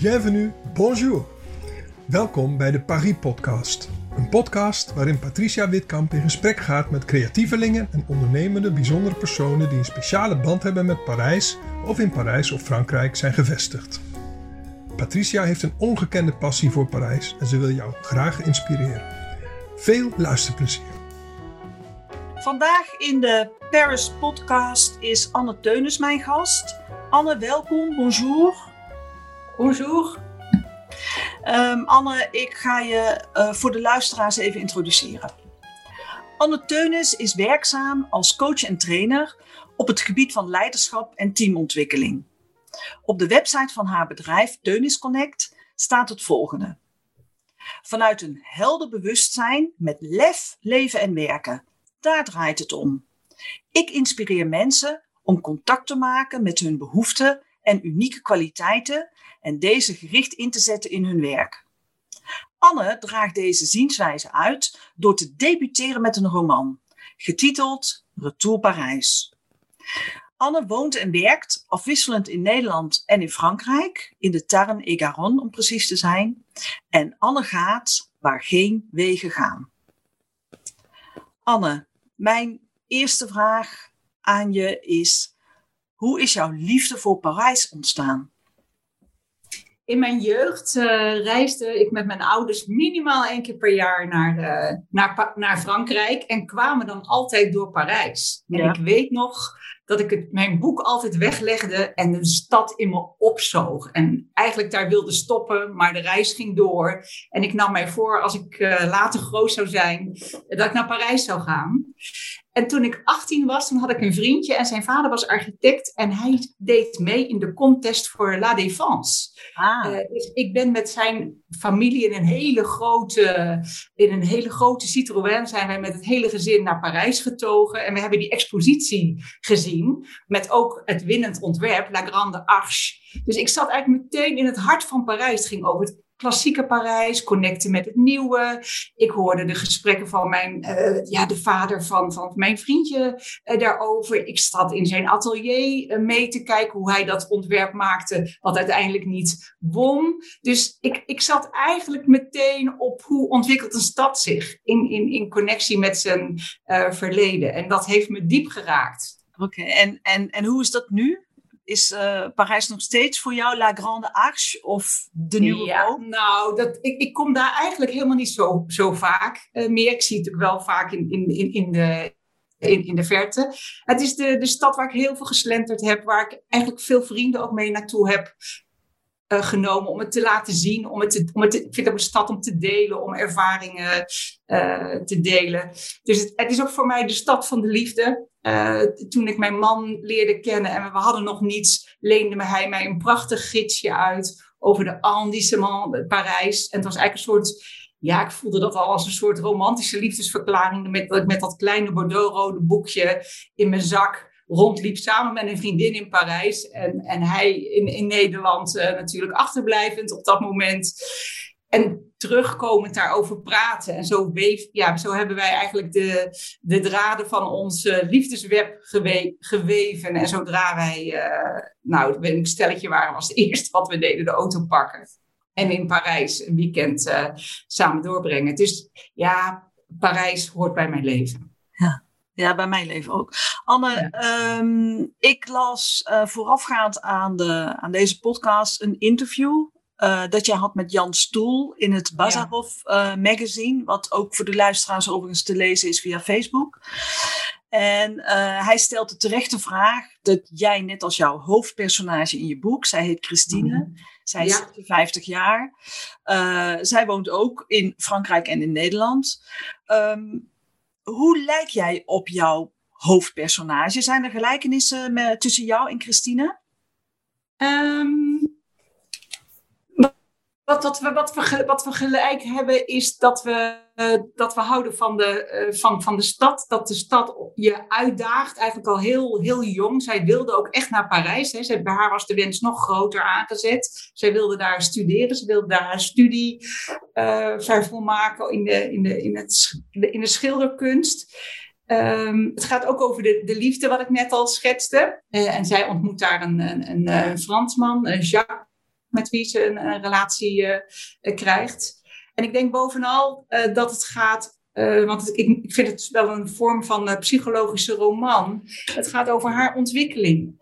bienvenue, bonjour. Welkom bij de Paris Podcast. Een podcast waarin Patricia Witkamp in gesprek gaat met creatievelingen en ondernemende bijzondere personen die een speciale band hebben met Parijs of in Parijs of Frankrijk zijn gevestigd. Patricia heeft een ongekende passie voor Parijs en ze wil jou graag inspireren. Veel luisterplezier. Vandaag in de Paris Podcast is Anne Teunis mijn gast. Anne, welkom, bonjour. Bonjour. Anne, ik ga je voor de luisteraars even introduceren. Anne Teunis is werkzaam als coach en trainer op het gebied van leiderschap en teamontwikkeling. Op de website van haar bedrijf Teunis Connect staat het volgende. Vanuit een helder bewustzijn met lef, leven en werken. Daar draait het om. Ik inspireer mensen om contact te maken met hun behoeften en unieke kwaliteiten en deze gericht in te zetten in hun werk. Anne draagt deze zienswijze uit door te debuteren met een roman, getiteld Retour Parijs. Anne woont en werkt afwisselend in Nederland en in Frankrijk, in de Tarn et Garonne om precies te zijn. En Anne gaat waar geen wegen gaan. Anne, mijn eerste vraag aan je is: hoe is jouw liefde voor Parijs ontstaan? In mijn jeugd reisde ik met mijn ouders minimaal 1 keer per jaar naar Frankrijk en kwamen dan altijd door Parijs. En ik weet nog dat ik mijn boek altijd weglegde en de stad in me opzoog. En eigenlijk daar wilde stoppen, maar de reis ging door. En ik nam mij voor, als ik later groot zou zijn, dat ik naar Parijs zou gaan. En toen ik 18 was, toen had ik een vriendje en zijn vader was architect. En hij deed mee in de contest voor La Défense. Dus ik ben met zijn familie in een hele grote Citroën zijn wij met het hele gezin naar Parijs getogen. En we hebben die expositie gezien met ook het winnend ontwerp, La Grande Arche. Dus ik zat eigenlijk meteen in het hart van Parijs. Het ging over het klassieke Parijs, connecten met het nieuwe. Ik hoorde de gesprekken van de vader van mijn vriendje daarover. Ik zat in zijn atelier mee te kijken hoe hij dat ontwerp maakte, wat uiteindelijk niet won. Dus ik zat eigenlijk meteen op hoe ontwikkelt een stad zich in connectie met zijn verleden. En dat heeft me diep geraakt. Oké, en hoe is dat nu? Is Parijs nog steeds voor jou La Grande Arche of de Nieuwe Rome? Nou, ik kom daar eigenlijk helemaal niet zo vaak meer. Ik zie het ook wel vaak in de verte. Het is de stad waar ik heel veel geslenterd heb, waar ik eigenlijk veel vrienden ook mee naartoe heb genomen om het te laten zien. Ik vind het ook een stad om te delen, om ervaringen te delen. Dus het is ook voor mij de stad van de liefde. Toen ik mijn man leerde kennen en we hadden nog niets, leende hij mij een prachtig gidsje uit over de arrondissement Parijs. En het was eigenlijk een soort, ik voelde dat al als een soort romantische liefdesverklaring, dat ik met dat kleine bordeauxrode boekje in mijn zak rondliep samen met een vriendin in Parijs. En hij in Nederland natuurlijk achterblijvend op dat moment. En terugkomend daarover praten. En zo hebben wij eigenlijk de draden van ons liefdesweb geweven. En zodra wij, een stelletje waren, was het eerst wat we deden, de auto pakken. En in Parijs een weekend samen doorbrengen. Dus Parijs hoort bij mijn leven. Ja, bij mijn leven ook. Anne, ik las voorafgaand aan deze podcast een interview dat jij had met Jan Stoel in het Bazarov magazine, wat ook voor de luisteraars overigens te lezen is via Facebook. En hij stelt de terechte vraag dat jij, net als jouw hoofdpersonage in je boek, zij heet Christine, zij is 50 jaar. Zij woont ook in Frankrijk en in Nederland. Hoe lijk jij op jouw hoofdpersonage? Zijn er gelijkenissen tussen jou en Christine? Wat we gelijk hebben is dat we houden van de stad. Dat de stad je uitdaagt, eigenlijk al heel jong. Zij wilde ook echt naar Parijs. Hè. Bij haar was de wens nog groter aangezet. Zij wilde daar studeren. Ze wilde daar haar studie vervolmaken in de schilderkunst. Het gaat ook over de liefde, wat ik net al schetste. En zij ontmoet daar een Fransman, Jacques. met wie ze een relatie krijgt. En ik denk bovenal dat het gaat, want ik vind het wel een vorm van psychologische roman. Het gaat over haar ontwikkeling.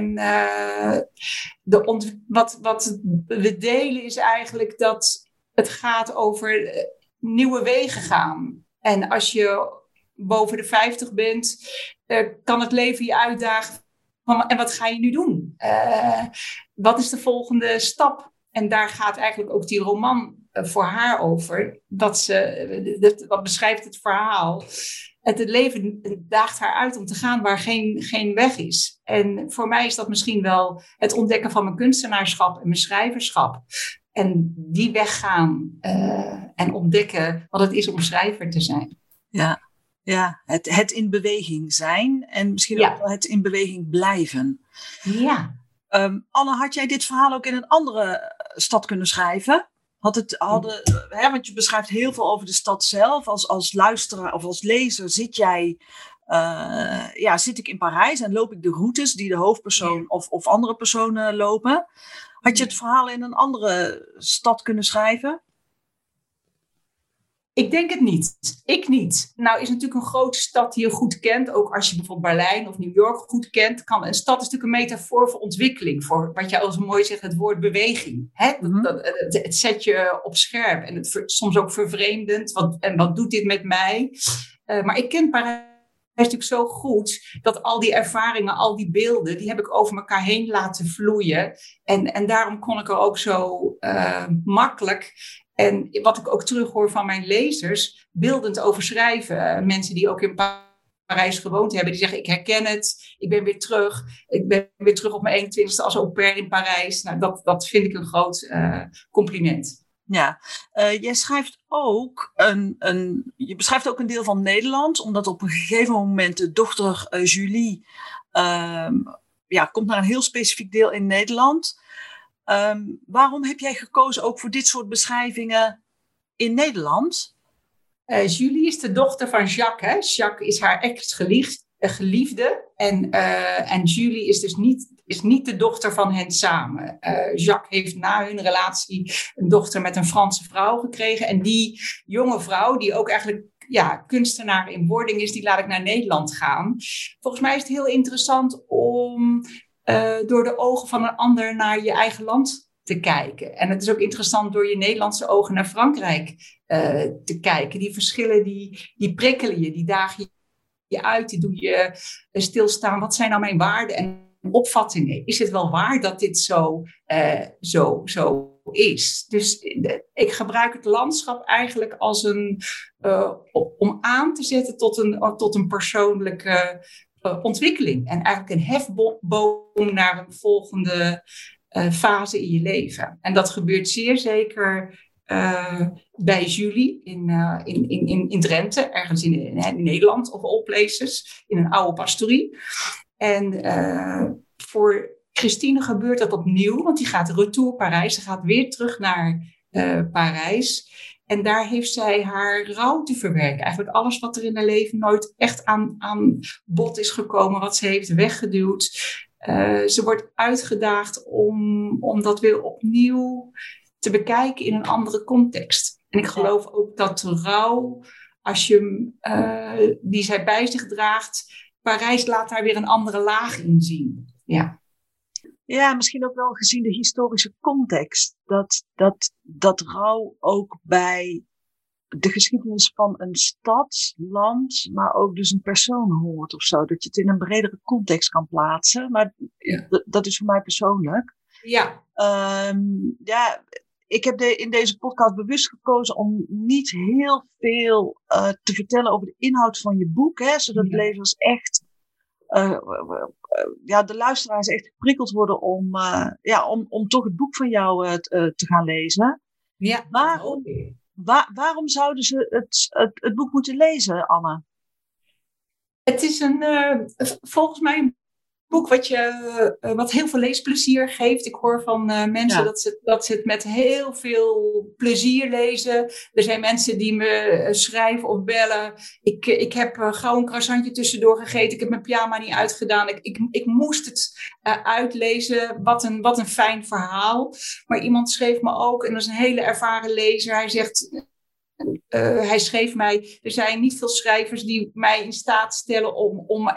Wat we delen is eigenlijk dat het gaat over nieuwe wegen gaan. En als je boven de 50 bent, kan het leven je uitdagen. En wat ga je nu doen? Wat is de volgende stap? En daar gaat eigenlijk ook die roman voor haar over. Wat beschrijft het verhaal? Het leven daagt haar uit om te gaan waar geen weg is. En voor mij is dat misschien wel het ontdekken van mijn kunstenaarschap en mijn schrijverschap. En die weg gaan en ontdekken wat het is om schrijver te zijn. Ja, het in beweging zijn en misschien ook wel het in beweging blijven. Ja. Anne, had jij dit verhaal ook in een andere stad kunnen schrijven? Want je beschrijft heel veel over de stad zelf. Als luisteraar of als lezer zit ik in Parijs en loop ik de routes die de hoofdpersoon of andere personen lopen. Had je het verhaal in een andere stad kunnen schrijven? Ik denk het niet. Ik niet. Nou is natuurlijk een grote stad die je goed kent. Ook als je bijvoorbeeld Berlijn of New York goed kent. Een stad is natuurlijk een metafoor voor ontwikkeling. Voor wat jij al zo mooi zegt, het woord beweging. Hè? Het zet je op scherp. En soms ook vervreemdend. Wat doet dit met mij? Maar ik ken Parijs natuurlijk zo goed. Dat al die ervaringen, al die beelden. Die heb ik over elkaar heen laten vloeien. En daarom kon ik er ook zo makkelijk. En wat ik ook terughoor van mijn lezers, beeldend over schrijven. Mensen die ook in Parijs gewoond hebben, die zeggen ik herken het, ik ben weer terug. Ik ben weer terug op mijn 21ste als au pair in Parijs. Nou, dat vind ik een groot compliment. Ja, jij schrijft ook je beschrijft ook een deel van Nederland, omdat op een gegeven moment de dochter Julie komt naar een heel specifiek deel in Nederland. Waarom heb jij gekozen ook voor dit soort beschrijvingen in Nederland? Julie is de dochter van Jacques. Hè? Jacques is haar ex-geliefde. En Julie is dus niet de dochter van hen samen. Jacques heeft na hun relatie een dochter met een Franse vrouw gekregen. En die jonge vrouw, die ook eigenlijk kunstenaar in wording is, die laat ik naar Nederland gaan. Volgens mij is het heel interessant om door de ogen van een ander naar je eigen land te kijken. En het is ook interessant door je Nederlandse ogen naar Frankrijk te kijken. Die verschillen, die prikkelen je, die dagen je uit, die doen je stilstaan. Wat zijn nou mijn waarden en opvattingen? Is het wel waar dat dit zo is? Dus ik gebruik het landschap eigenlijk als om aan te zetten tot een persoonlijke ontwikkeling. En eigenlijk een hefboom naar een volgende fase in je leven. En dat gebeurt zeer zeker bij Julie in Drenthe, ergens in Nederland of all places, in een oude pastorie. En voor Christine gebeurt dat opnieuw, want die gaat retour Parijs. Ze gaat weer terug naar Parijs. En daar heeft zij haar rouw te verwerken. Eigenlijk alles wat er in haar leven nooit echt aan bod is gekomen, wat ze heeft weggeduwd. Ze wordt uitgedaagd om dat weer opnieuw te bekijken in een andere context. En ik geloof ook dat de rouw, als je die zij bij zich draagt, Parijs laat daar weer een andere laag in zien. Ja, misschien ook wel gezien de historische context. Dat rouw ook bij de geschiedenis van een stad, land, maar ook dus een persoon hoort of zo. Dat je het in een bredere context kan plaatsen. Maar dat is voor mij persoonlijk. Ja. Ik heb in deze podcast bewust gekozen om niet heel veel te vertellen over de inhoud van je boek. Hè, zodat lezers echt, de luisteraars echt geprikkeld worden om toch het boek van jou te gaan lezen. Ja. Waarom zouden ze het boek moeten lezen, Anne? Het is volgens mij een boek wat heel veel leesplezier geeft. Ik hoor van mensen dat ze het met heel veel plezier lezen. Er zijn mensen die me schrijven of bellen. Ik heb gauw een croissantje tussendoor gegeten. Ik heb mijn pyjama niet uitgedaan. Ik moest het uitlezen. Wat een fijn verhaal. Maar iemand schreef me ook, en dat is een hele ervaren lezer. Hij zegt... hij schreef mij, er zijn niet veel schrijvers die mij in staat stellen om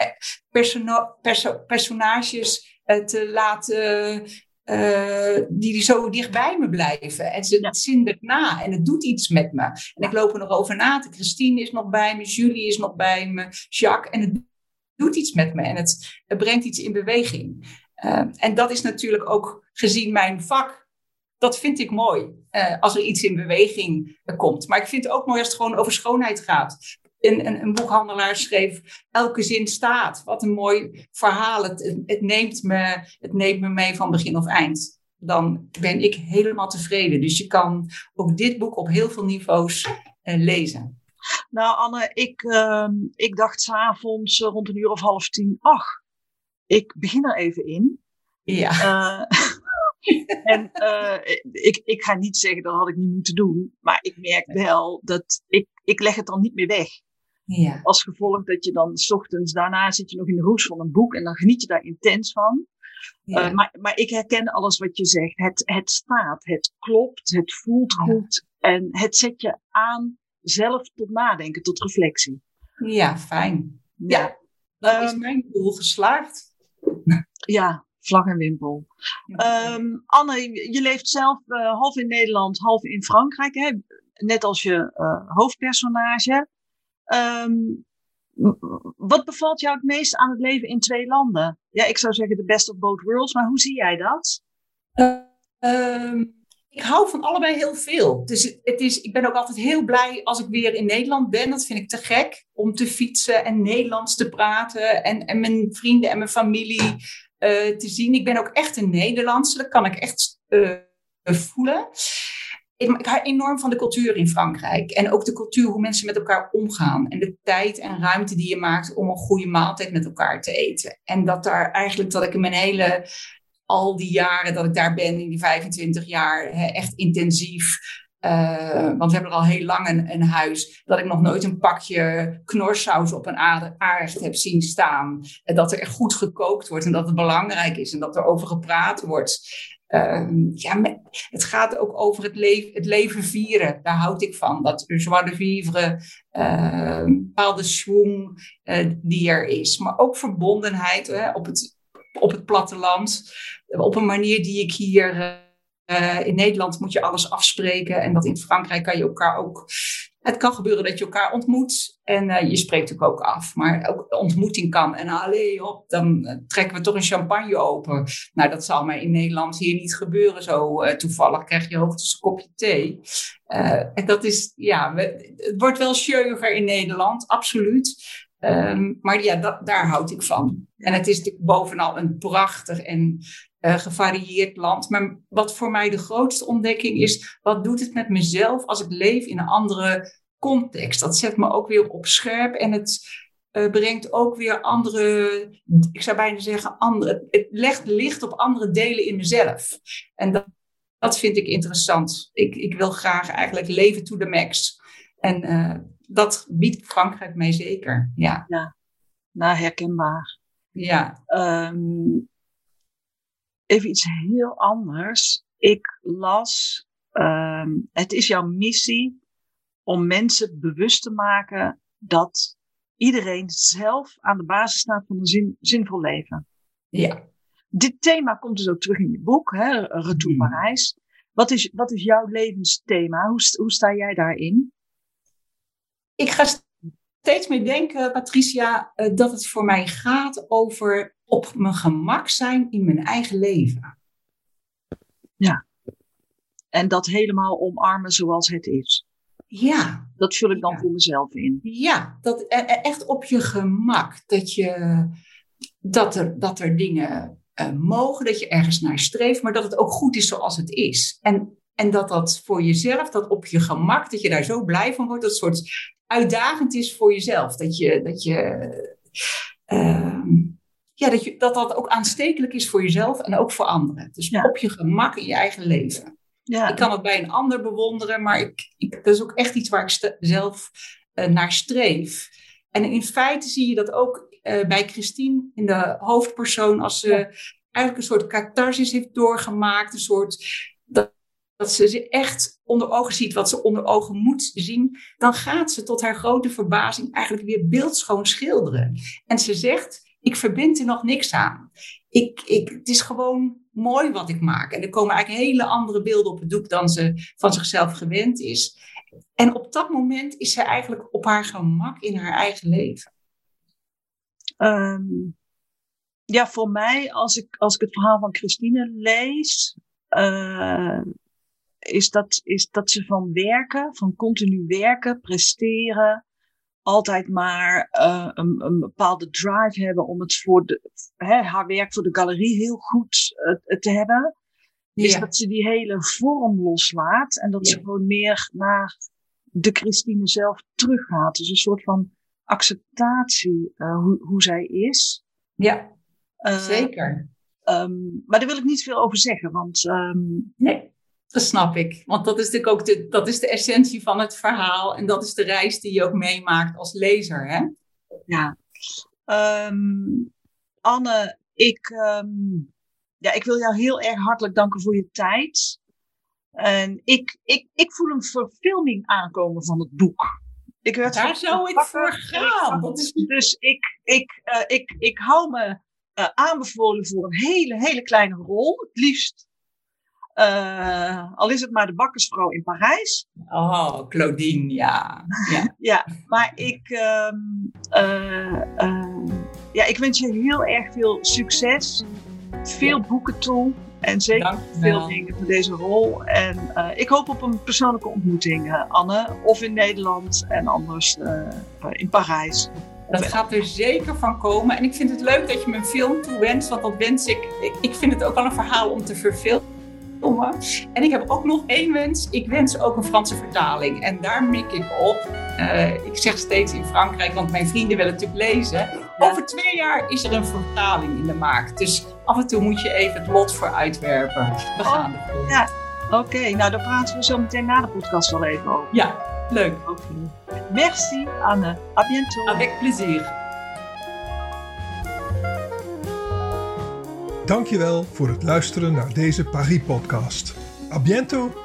personages te laten, die zo dichtbij me blijven. En het zindert na en het doet iets met me. En ik loop er nog over na. Christine is nog bij me, Julie is nog bij me, Jacques. En het doet iets met me en het brengt iets in beweging. En dat is natuurlijk ook gezien mijn vak. Dat vind ik mooi, als er iets in beweging komt. Maar ik vind het ook mooi als het gewoon over schoonheid gaat. Een boekhandelaar schreef, elke zin staat. Wat een mooi verhaal. Het neemt me mee van begin of eind. Dan ben ik helemaal tevreden. Dus je kan ook dit boek op heel veel niveaus lezen. Nou Anne, ik dacht 's avonds rond 9:30... ach, ik begin er even in. Ja. En ik ga niet zeggen dat had ik niet moeten doen, maar ik merk wel dat ik leg het dan niet meer weg. Ja. Als gevolg dat je dan 's ochtends, daarna zit je nog in de roes van een boek en dan geniet je daar intens van. Ja. Maar ik herken alles wat je zegt. Het staat, het klopt, het voelt goed en het zet je aan zelf tot nadenken, tot reflectie. Ja, fijn. Ja, dan is mijn doel geslaagd. Ja. Vlag en wimpel. Anne, je leeft zelf half in Nederland, half in Frankrijk. Hè? Net als je hoofdpersonage. Wat bevalt jou het meest aan het leven in 2 landen? Ja, ik zou zeggen the best of both worlds. Maar hoe zie jij dat? Ik hou van allebei heel veel. Dus ik ben ook altijd heel blij als ik weer in Nederland ben. Dat vind ik te gek. Om te fietsen en Nederlands te praten. En mijn vrienden en mijn familie... te zien. Ik ben ook echt een Nederlandse. Dat kan ik echt voelen. Ik hou enorm van de cultuur in Frankrijk. En ook de cultuur hoe mensen met elkaar omgaan. En de tijd en ruimte die je maakt om een goede maaltijd met elkaar te eten. En dat ik in mijn al die jaren dat ik daar ben, in die 25 jaar, echt intensief... want we hebben er al heel lang een huis, dat ik nog nooit een pakje knorsaus op een aard heb zien staan. Dat er echt goed gekookt wordt en dat het belangrijk is en dat er over gepraat wordt. Het gaat ook over het leven vieren. Daar houd ik van. Dat joie de vivre, bepaalde schwung die er is. Maar ook verbondenheid op het platteland. Op een manier die ik hier... in Nederland moet je alles afspreken. En dat in Frankrijk kan je elkaar ook... Het kan gebeuren dat je elkaar ontmoet. En je spreekt natuurlijk ook af. Maar ook de ontmoeting kan. En dan trekken we toch een champagne open. Nou, dat zal mij in Nederland hier niet gebeuren. Zo toevallig krijg je hoogstens een kopje thee. En dat is... het wordt wel scheuiger in Nederland. Absoluut. Maar ja, daar houd ik van. En het is natuurlijk bovenal een prachtig en... gevarieerd land. Maar wat voor mij de grootste ontdekking is... wat doet het met mezelf als ik leef in een andere context? Dat zet me ook weer op scherp. En het brengt ook weer andere... ik zou bijna zeggen... het legt licht op andere delen in mezelf. En dat vind ik interessant. Ik wil graag eigenlijk leven to the max. En dat biedt Frankrijk mij zeker. Ja. Nou, herkenbaar. Ja. Even iets heel anders. Ik las, het is jouw missie om mensen bewust te maken dat iedereen zelf aan de basis staat van een zinvol leven. Ja. Dit thema komt dus ook terug in je boek, hè? Retour Parijs. Wat is jouw levensthema? Hoe sta jij daarin? Ik ga steeds meer denken, Patricia, dat het voor mij gaat over op mijn gemak zijn in mijn eigen leven. Ja. En dat helemaal omarmen zoals het is. Ja. Dat vul ik dan voor mezelf in. Ja, echt op je gemak. Dat er dingen mogen, dat je ergens naar streeft, maar dat het ook goed is zoals het is. En dat voor jezelf, dat op je gemak, dat je daar zo blij van wordt, dat het een soort uitdagend is voor jezelf. dat ook aanstekelijk is voor jezelf en ook voor anderen. Dus op je gemak in je eigen leven. Ja. Ik kan het bij een ander bewonderen, maar dat is ook echt iets waar ik zelf naar streef. En in feite zie je dat ook bij Christine in de hoofdpersoon, als ze eigenlijk een soort catharsis heeft doorgemaakt, een soort dat ze echt onder ogen ziet wat ze onder ogen moet zien, dan gaat ze tot haar grote verbazing eigenlijk weer beeldschoon schilderen. En ze zegt, ik verbind er nog niks aan. Het is gewoon mooi wat ik maak. En er komen eigenlijk hele andere beelden op het doek dan ze van zichzelf gewend is. En op dat moment is ze eigenlijk op haar gemak in haar eigen leven. Voor mij, als ik het verhaal van Christine lees, is dat ze van continu werken, presteren, altijd maar een bepaalde drive hebben om het haar werk voor de galerie heel goed te hebben. Is dat ze die hele vorm loslaat en dat ze gewoon meer naar de Christine zelf teruggaat. Dus een soort van acceptatie hoe zij is. Ja, zeker. Maar daar wil ik niet veel over zeggen, want nee. Dat snap ik. Want dat is natuurlijk ook dat is de essentie van het verhaal. En dat is de reis die je ook meemaakt als lezer. Hè? Ja. Anne, ik wil jou heel erg hartelijk danken voor je tijd. En ik voel een verfilming aankomen van het boek. Daar zou ik voor gaan. Dus ik hou me aanbevolen voor een hele, hele kleine rol. Het liefst. Al is het maar de bakkersvrouw in Parijs. Oh, Claudine, ja. Ja, maar ik wens je heel erg veel succes. Veel boeken toe. En zeker veel dingen voor deze rol. En ik hoop op een persoonlijke ontmoeting, Anne. Of in Nederland en anders in Parijs. Dat gaat er zeker van komen. En ik vind het leuk dat je me een film toewenst. Want dat wens ik. Ik vind het ook al een verhaal om te verfilmen. En ik heb ook nog één wens. Ik wens ook een Franse vertaling. En daar mik ik op. Ik zeg steeds in Frankrijk, want mijn vrienden willen het natuurlijk lezen. Ja. Over 2 jaar is er een vertaling in de maak. Dus af en toe moet je even het lot voor uitwerpen. We gaan ervoor. Ja, oké. Nou, daar praten we zo meteen na de podcast wel even over. Ja, leuk. Okay. Merci, Anne. À bientôt. Avec plaisir. Dankjewel voor het luisteren naar deze Paris-podcast. À bientôt!